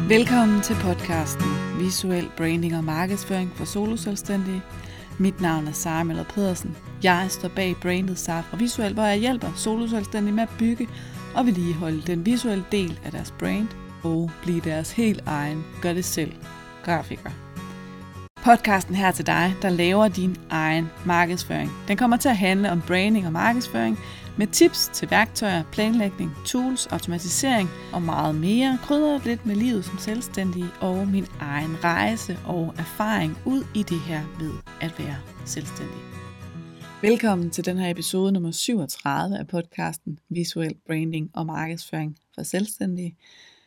Velkommen til podcasten Visuel Branding og Markedsføring for soloselvstændige. Mit navn er Sara Møller Pedersen. Jeg står bag brandet Sara fra Visuel, hvor jeg hjælper soloselvstændige med at bygge og vedligeholde den visuelle del af deres brand og blive deres helt egen gør det selv grafiker. Podcasten her til dig, der laver din egen markedsføring. Den kommer til at handle om branding og markedsføring med tips til værktøjer, planlægning, tools, automatisering og meget mere. Krydret lidt med livet som selvstændig og min egen rejse og erfaring ud i det her med at være selvstændig. Velkommen til den her episode nummer 37 af podcasten Visuel Branding og Markedsføring for selvstændige.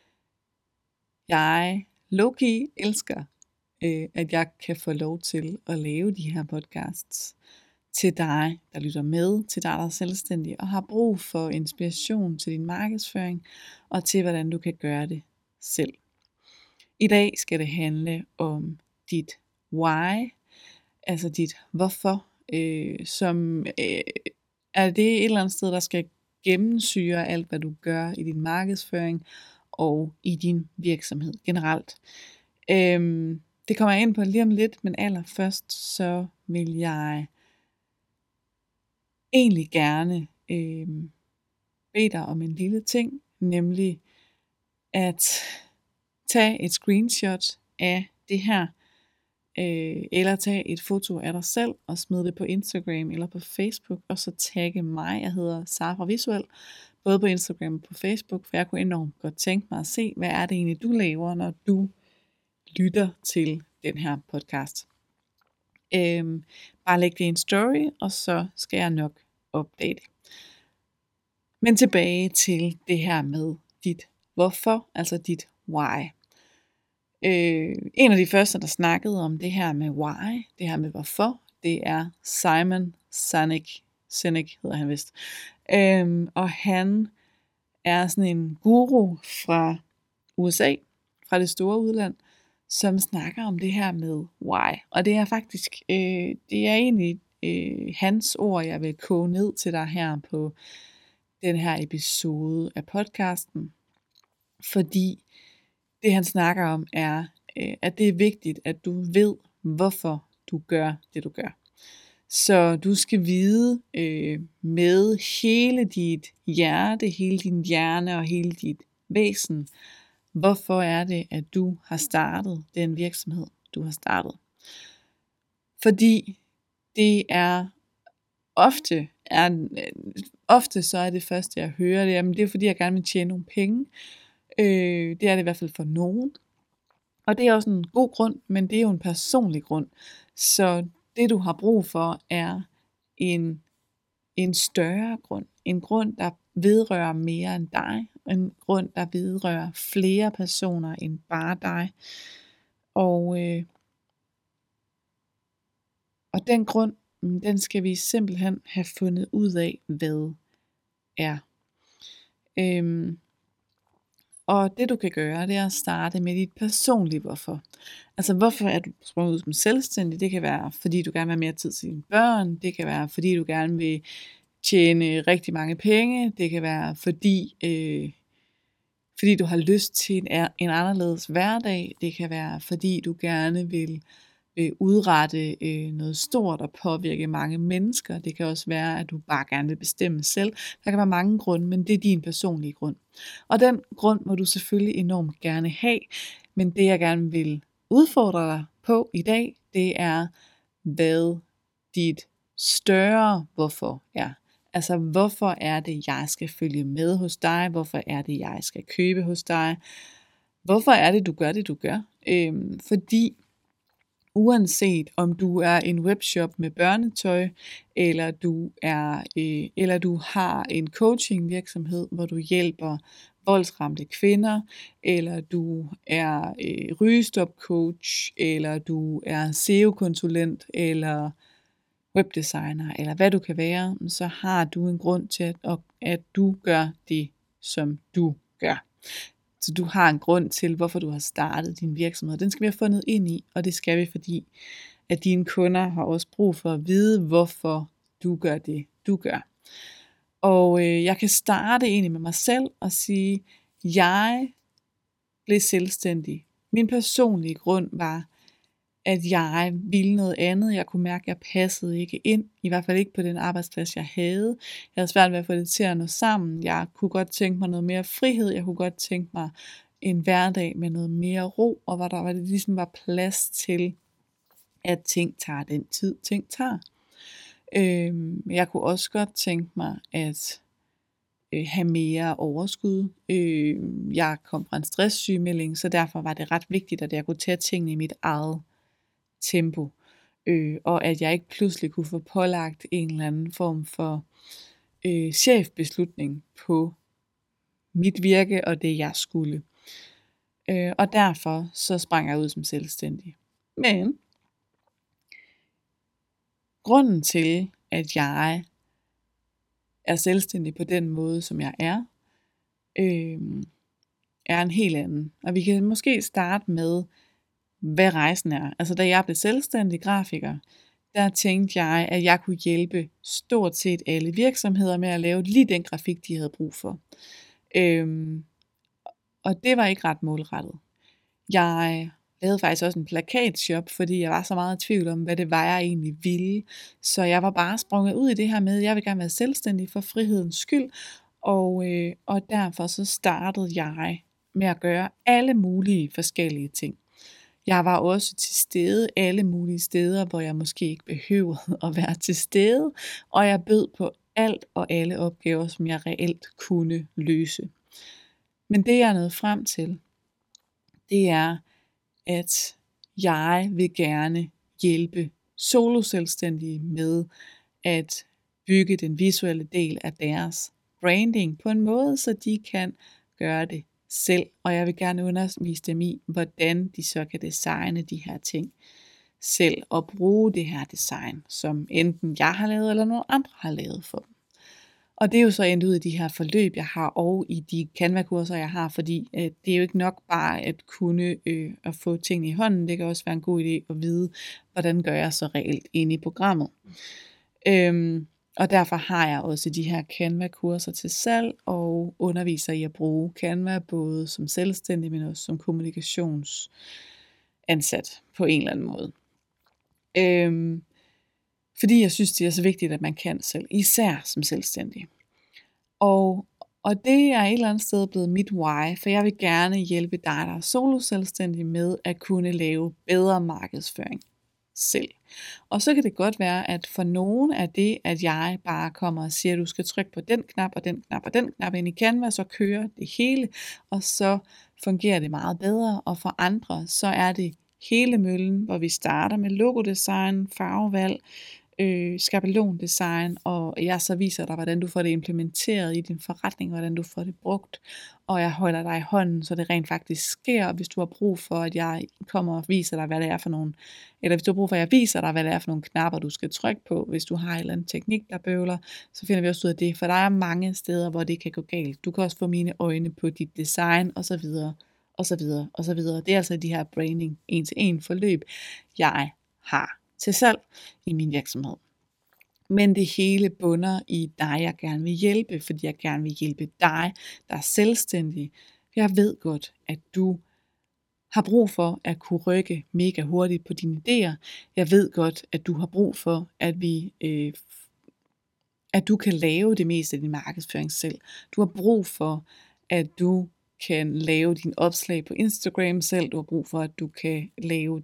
Jeg low-key elsker, at jeg kan få lov til at lave de her podcasts til dig, der lytter med, til dig, der er selvstændig og har brug for inspiration til din markedsføring og til, hvordan du kan gøre det selv. I dag skal det handle om dit why, altså dit hvorfor, som er det et eller andet sted, der skal gennemsyre alt, hvad du gør i din markedsføring og i din virksomhed generelt. Det kommer jeg ind på lige om lidt, men allerførst så vil jeg egentlig gerne bede dig om en lille ting, nemlig at tage et screenshot af det her, eller tage et foto af dig selv og smide det på Instagram eller på Facebook, og så tagge mig. Jeg hedder Sara fra Visuel, både på Instagram og på Facebook, for jeg kunne enormt godt tænke mig at se, hvad er det egentlig, du laver, når du lytter til den her podcast. Bare læg det i en story, og så skal jeg nok opdage det. Men tilbage til det her med dit hvorfor, altså dit why. En af de første, der snakkede om det her med why, det her med hvorfor, det er Simon Sinek hedder han vist. Og han er sådan en guru fra USA, fra det store udland, som snakker om det her med why. Og det er faktisk, det er egentlig hans ord, jeg vil koge ned til dig her på den her episode af podcasten. Fordi det han snakker om er, at det er vigtigt, at du ved, hvorfor du gør det, du gør. Så du skal vide med hele dit hjerte, hele din hjerne og hele dit væsen, hvorfor er det, at du har startet den virksomhed, du har startet. Fordi det er ofte så er det første, jeg hører det, jamen det er fordi, jeg gerne vil tjene nogle penge. Det er det i hvert fald for nogen. Og det er også en god grund, men det er jo en personlig grund. Så det du har brug for er en større grund. En grund, der vedrører mere end dig. En grund, der vedrører flere personer end bare dig. Og den grund, den skal vi simpelthen have fundet ud af, hvad er. Og det du kan gøre, det er at starte med dit personlige hvorfor. Altså hvorfor er du sprunget ud som selvstændig? Det kan være, fordi du gerne vil have mere tid til dine børn. Det kan være, fordi du gerne vil tjene rigtig mange penge. Det kan være, fordi du har lyst til en anderledes hverdag. Det kan være, fordi du gerne vil udrette noget stort og påvirke mange mennesker. Det kan også være, at du bare gerne vil bestemme selv. Der kan være mange grunde, men det er din personlige grund. Og den grund må du selvfølgelig enormt gerne have. Men det jeg gerne vil udfordre dig på i dag, det er, hvad dit større hvorfor er. Altså hvorfor er det, jeg skal følge med hos dig? Hvorfor er det, jeg skal købe hos dig? Hvorfor er det, du gør det, du gør? Fordi uanset om du er en webshop med børnetøj, eller du har en coaching virksomhed, hvor du hjælper voldsramte kvinder, eller du er rygestop coach, eller du er SEO-konsulent, eller webdesigner, eller hvad du kan være, så har du en grund til, at du gør det, som du gør. Så du har en grund til, hvorfor du har startet din virksomhed. Den skal vi have fundet ind i, og det skal vi, fordi at dine kunder har også brug for at vide, hvorfor du gør det, du gør. Og jeg kan starte egentlig med mig selv og sige, jeg blev selvstændig. Min personlige grund var, at jeg ville noget andet. Jeg kunne mærke, at jeg passede ikke ind. I hvert fald ikke på den arbejdsplads, jeg havde. Jeg havde svært ved at få det til at nå sammen. Jeg kunne godt tænke mig noget mere frihed. Jeg kunne godt tænke mig en hverdag med noget mere ro, og hvor der ligesom var plads til, at ting tager den tid, ting tager. Jeg kunne også godt tænke mig at have mere overskud. Jeg kom fra en stresssygemelding, så derfor var det ret vigtigt, at jeg kunne tage tingene i mit eget tempo, og at jeg ikke pludselig kunne få pålagt en eller anden form for chefbeslutning på mit virke og det jeg skulle. Og derfor så sprang jeg ud som selvstændig. Men grunden til, at jeg er selvstændig på den måde, som jeg er en helt anden. Og vi kan måske starte med, hvad rejsen er. Altså da jeg blev selvstændig grafiker, der tænkte jeg, at jeg kunne hjælpe stort set alle virksomheder med at lave lige den grafik, de havde brug for. Og det var ikke ret målrettet. Jeg lavede faktisk også en plakatshop, fordi jeg var så meget i tvivl om, hvad det var, jeg egentlig ville. Så jeg var bare sprunget ud i det her med, at jeg vil gerne være selvstændig for frihedens skyld. Og derfor så startede jeg med at gøre alle mulige forskellige ting. Jeg var også til stede alle mulige steder, hvor jeg måske ikke behøvede at være til stede, og jeg bød på alt og alle opgaver, som jeg reelt kunne løse. Men det jeg nåede frem til, det er, at jeg vil gerne hjælpe soloselvstændige med at bygge den visuelle del af deres branding på en måde, så de kan gøre det selv. Og jeg vil gerne undervise dem i, hvordan de så kan designe de her ting selv og bruge det her design, som enten jeg har lavet eller nogen andre har lavet for dem. Og det er jo så endt ud i de her forløb, jeg har, og i de Canva-kurser, jeg har, fordi det er jo ikke nok bare at kunne at få ting i hånden. Det kan også være en god idé at vide, hvordan gør jeg så reelt inde i programmet. Og derfor har jeg også de her Canva-kurser til salg, og underviser i at bruge Canva, både som selvstændig, men også som kommunikationsansat på en eller anden måde. Fordi jeg synes, det er så vigtigt, at man kan selv, især som selvstændig. Og det er et eller andet sted blevet mit why, for jeg vil gerne hjælpe dig, der er solo-selvstændig, med at kunne lave bedre markedsføring selv. Og så kan det godt være, at for nogen er det, at jeg bare kommer og siger, at du skal trykke på den knap og den knap og den knap ind i Canva, så kører det hele, og så fungerer det meget bedre. Og for andre, så er det hele møllen, hvor vi starter med logodesign, farvevalg, skabelondesign, og jeg så viser dig, hvordan du får det implementeret i din forretning, hvordan du får det brugt, og jeg holder dig i hånden, så det rent faktisk sker. Og hvis du har brug for, at jeg kommer og viser dig, hvad det er for nogle, eller hvis du har brug for, at jeg viser dig, hvad det er for nogle knapper, du skal trykke på, hvis du har en eller anden teknik, der bøvler, så finder vi også ud af det, for der er mange steder, hvor det kan gå galt. Du kan også få mine øjne på dit design, og så videre, og så videre, og så videre. Det er altså de her branding 1-til-1 forløb, jeg har til salg i min virksomhed. Men det hele bunder i dig, jeg gerne vil hjælpe, fordi jeg gerne vil hjælpe dig, der er selvstændig. Jeg ved godt, at du har brug for at kunne rykke mega hurtigt på dine idéer. Jeg ved godt, at du har brug for, at du kan lave det meste af din markedsføring selv. Du har brug for, at du kan lave din opslag på Instagram selv. Du har brug for, at du kan lave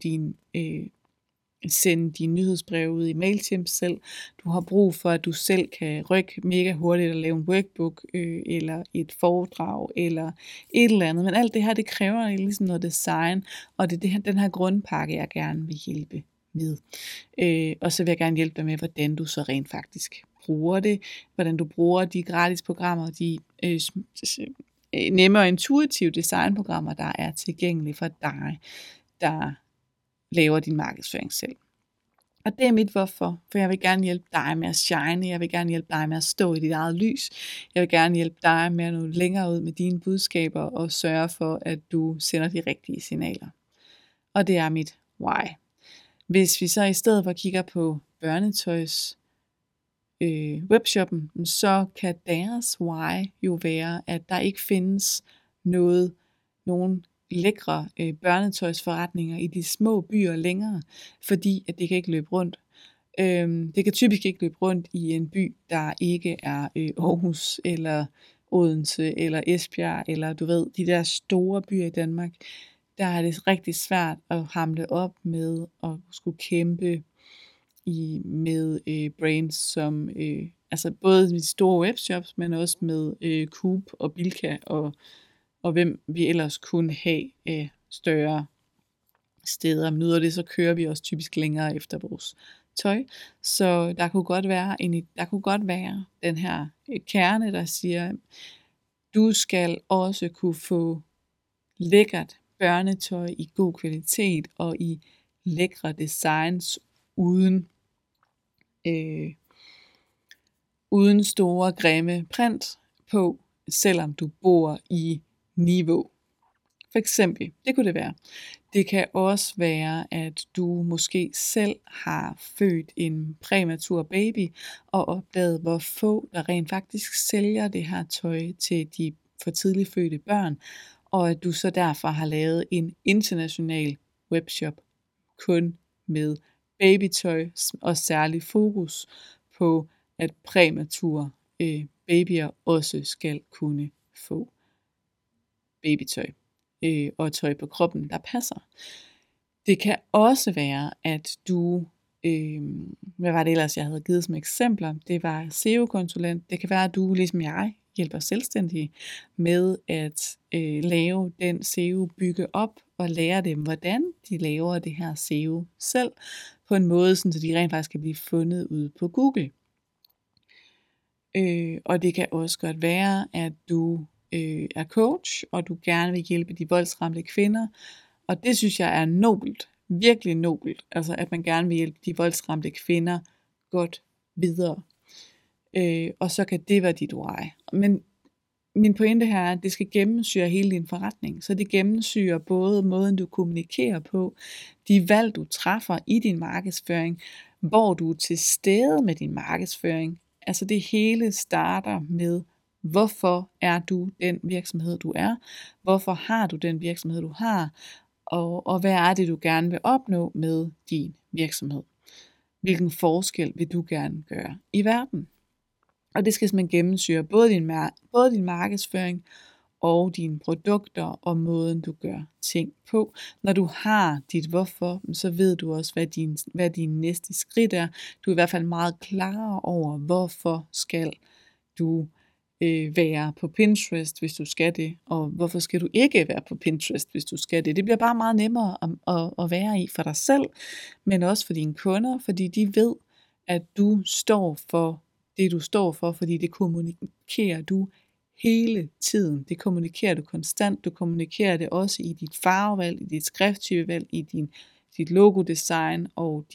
sende dine nyhedsbreve ud i Mailchimp selv. Du har brug for, at du selv kan rykke mega hurtigt og lave en workbook, eller et foredrag, eller et eller andet. Men alt det her, det kræver ligesom noget design, og det er den her grundpakke, jeg gerne vil hjælpe med. Og så vil jeg gerne hjælpe dig med, hvordan du så rent faktisk bruger det, hvordan du bruger de gratis programmer, de nemme og intuitive designprogrammer, der er tilgængelige for dig, der laver din markedsføring selv. Og det er mit hvorfor, for jeg vil gerne hjælpe dig med at shine, jeg vil gerne hjælpe dig med at stå i dit eget lys, jeg vil gerne hjælpe dig med at nå længere ud med dine budskaber og sørge for, at du sender de rigtige signaler. Og det er mit why. Hvis vi så i stedet for kigger på børnetøjs webshoppen, så kan deres why jo være, at der ikke findes nogen lækre børnetøjsforretninger i de små byer længere, fordi at det kan ikke løbe rundt. Det kan typisk ikke løbe rundt i en by, der ikke er Aarhus eller Odense eller Esbjerg, eller du ved, de der store byer i Danmark. Der er det rigtig svært at hamle op med at skulle kæmpe med brands som altså både de store webshops, men også med Coop og Bilka og hvem vi ellers kunne have større steder. Men ud af det, så kører vi også typisk længere efter vores tøj. Så der kunne godt være den her kerne, der siger, du skal også kunne få lækkert børnetøj i god kvalitet og i lækre designs uden store grimme print på, selvom du bor i Niveau. For eksempel, det kunne det være. Det kan også være, at du måske selv har født en præmatur baby og opdaget, hvor få der rent faktisk sælger det her tøj til de for tidligt fødte børn, og at du så derfor har lavet en international webshop kun med babytøj og særlig fokus på, at præmature babyer også skal kunne få babytøj og tøj på kroppen, der passer. Det kan også være, at du, hvad var det ellers, jeg havde givet som eksempler? Det var SEO-konsulent. Det kan være, at du, ligesom jeg, hjælper selvstændige med at lave den SEO, bygge op og lære dem, hvordan de laver det her SEO selv, på en måde, så de rent faktisk kan blive fundet ude på Google. Og det kan også godt være, at du er coach, og du gerne vil hjælpe de voldsramte kvinder, og det synes jeg er nobelt, virkelig nobelt, altså at man gerne vil hjælpe de voldsramte kvinder godt videre. Og så kan det være dit why. Men min pointe her er, at det skal gennemsyre hele din forretning, så det gennemsyrer både måden du kommunikerer på, de valg du træffer i din markedsføring, hvor du er til stede med din markedsføring. Altså det hele starter med, hvorfor er du den virksomhed du er, hvorfor har du den virksomhed du har, og hvad er det du gerne vil opnå med din virksomhed. Hvilken forskel vil du gerne gøre i verden? Og det skal simpelthen gennemsyre både din markedsføring og dine produkter og måden du gør ting på. Når du har dit hvorfor, så ved du også, hvad din næste skridt er. Du er i hvert fald meget klar over, hvorfor skal du være på Pinterest, hvis du skal det, og hvorfor skal du ikke være på Pinterest, hvis du skal det. Det bliver bare meget nemmere at være i for dig selv, men også for dine kunder, fordi de ved, at du står for det, du står for, fordi det kommunikerer du hele tiden. Det kommunikerer du konstant. Du kommunikerer det også i dit farvevalg, i dit skrifttypevalg, i dit logodesign og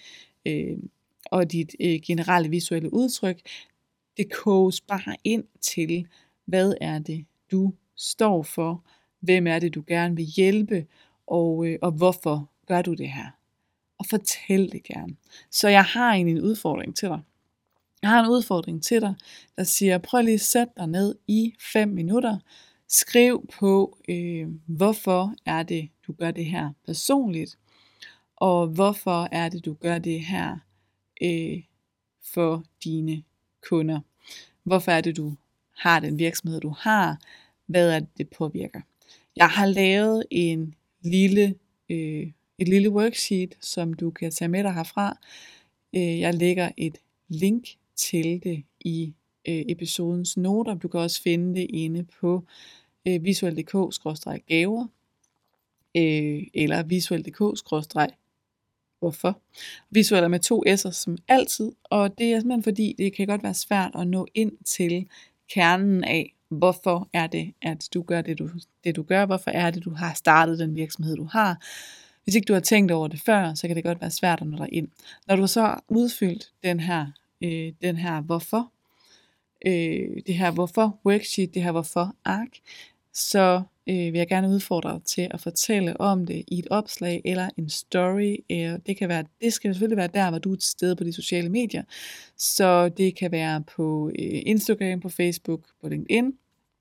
dit generelle visuelle udtryk. Det koges bare ind til, hvad er det, du står for, hvem er det, du gerne vil hjælpe, og hvorfor gør du det her. Og fortæl det gerne. Så jeg har en udfordring til dig. Jeg har en udfordring til dig, der siger, prøv lige at sætte dig ned i 5 minutter. Skriv på, hvorfor er det, du gør det her personligt, og hvorfor er det, du gør det her for dine kunder. Hvorfor er det, du har den virksomhed, du har? Hvad er det påvirker? Jeg har lavet et lille worksheet, som du kan tage med dig herfra. Jeg lægger et link til det i episodens noter. Du kan også finde det inde på visuel.dk/gaver eller visuel.dk/hvorfor. Visuel er med 2 s'er som altid, og det er simpelthen fordi, det kan godt være svært at nå ind til kernen af, hvorfor er det, at du gør det du gør, hvorfor er det, du har startet den virksomhed, du har. Hvis ikke du har tænkt over det før, så kan det godt være svært at nå dig ind. Når du så har udfyldt den her hvorfor, det her hvorfor worksheet, det her hvorfor ark, så vil jeg gerne udfordre dig til at fortælle om det i et opslag eller en story. Det skal selvfølgelig være der, hvor du er til stede på de sociale medier. Så det kan være på Instagram, på Facebook, på LinkedIn.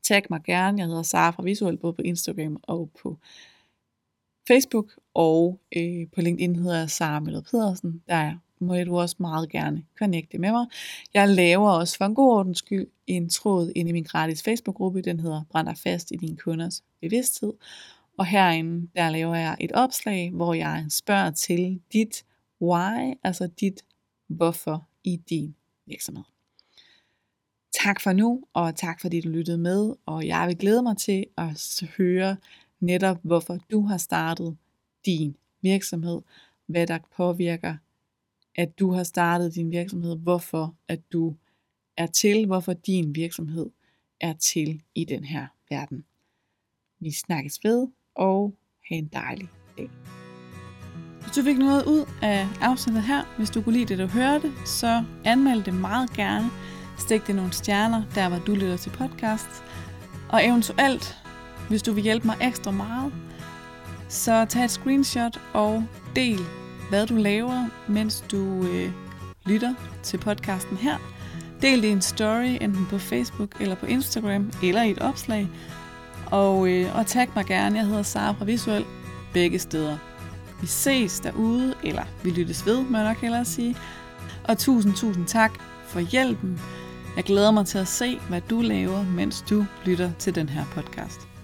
Tag mig gerne. Jeg hedder Sara fra Visuel, både på Instagram og på Facebook, og på LinkedIn hedder jeg Sara Møller Pedersen. Der må du også meget gerne connecte med mig. Jeg laver også for en god ordens skyld en tråd ind i min gratis Facebook-gruppe. Den hedder Brænd dig fast i dine kunders bevidsthed. Og herinde, der laver jeg et opslag, hvor jeg spørger til dit why, altså dit hvorfor i din virksomhed. Tak for nu, og tak fordi du lyttede med, og jeg vil glæde mig til at høre netop, hvorfor du har startet din virksomhed, hvad der påvirker, at du har startet din virksomhed, hvorfor at du er til, hvorfor din virksomhed er til i den her verden. Vi snakkes ved, og have en dejlig dag. Hvis du fik noget ud af afsnittet her, hvis du kunne lide det, du hørte, så anmeld det meget gerne. Stik det nogle stjerner, der hvor du lytter til podcast. Og eventuelt, hvis du vil hjælpe mig ekstra meget, så tag et screenshot og del, hvad du laver, mens du lytter til podcasten her. Del det i en story, enten på Facebook eller på Instagram, eller i et opslag. Og tag mig gerne, jeg hedder Sara fra Visuel, begge steder. Vi ses derude, eller vi lyttes ved, må jeg nok hellere sige. Og tusind tak for hjælpen. Jeg glæder mig til at se, hvad du laver, mens du lytter til den her podcast.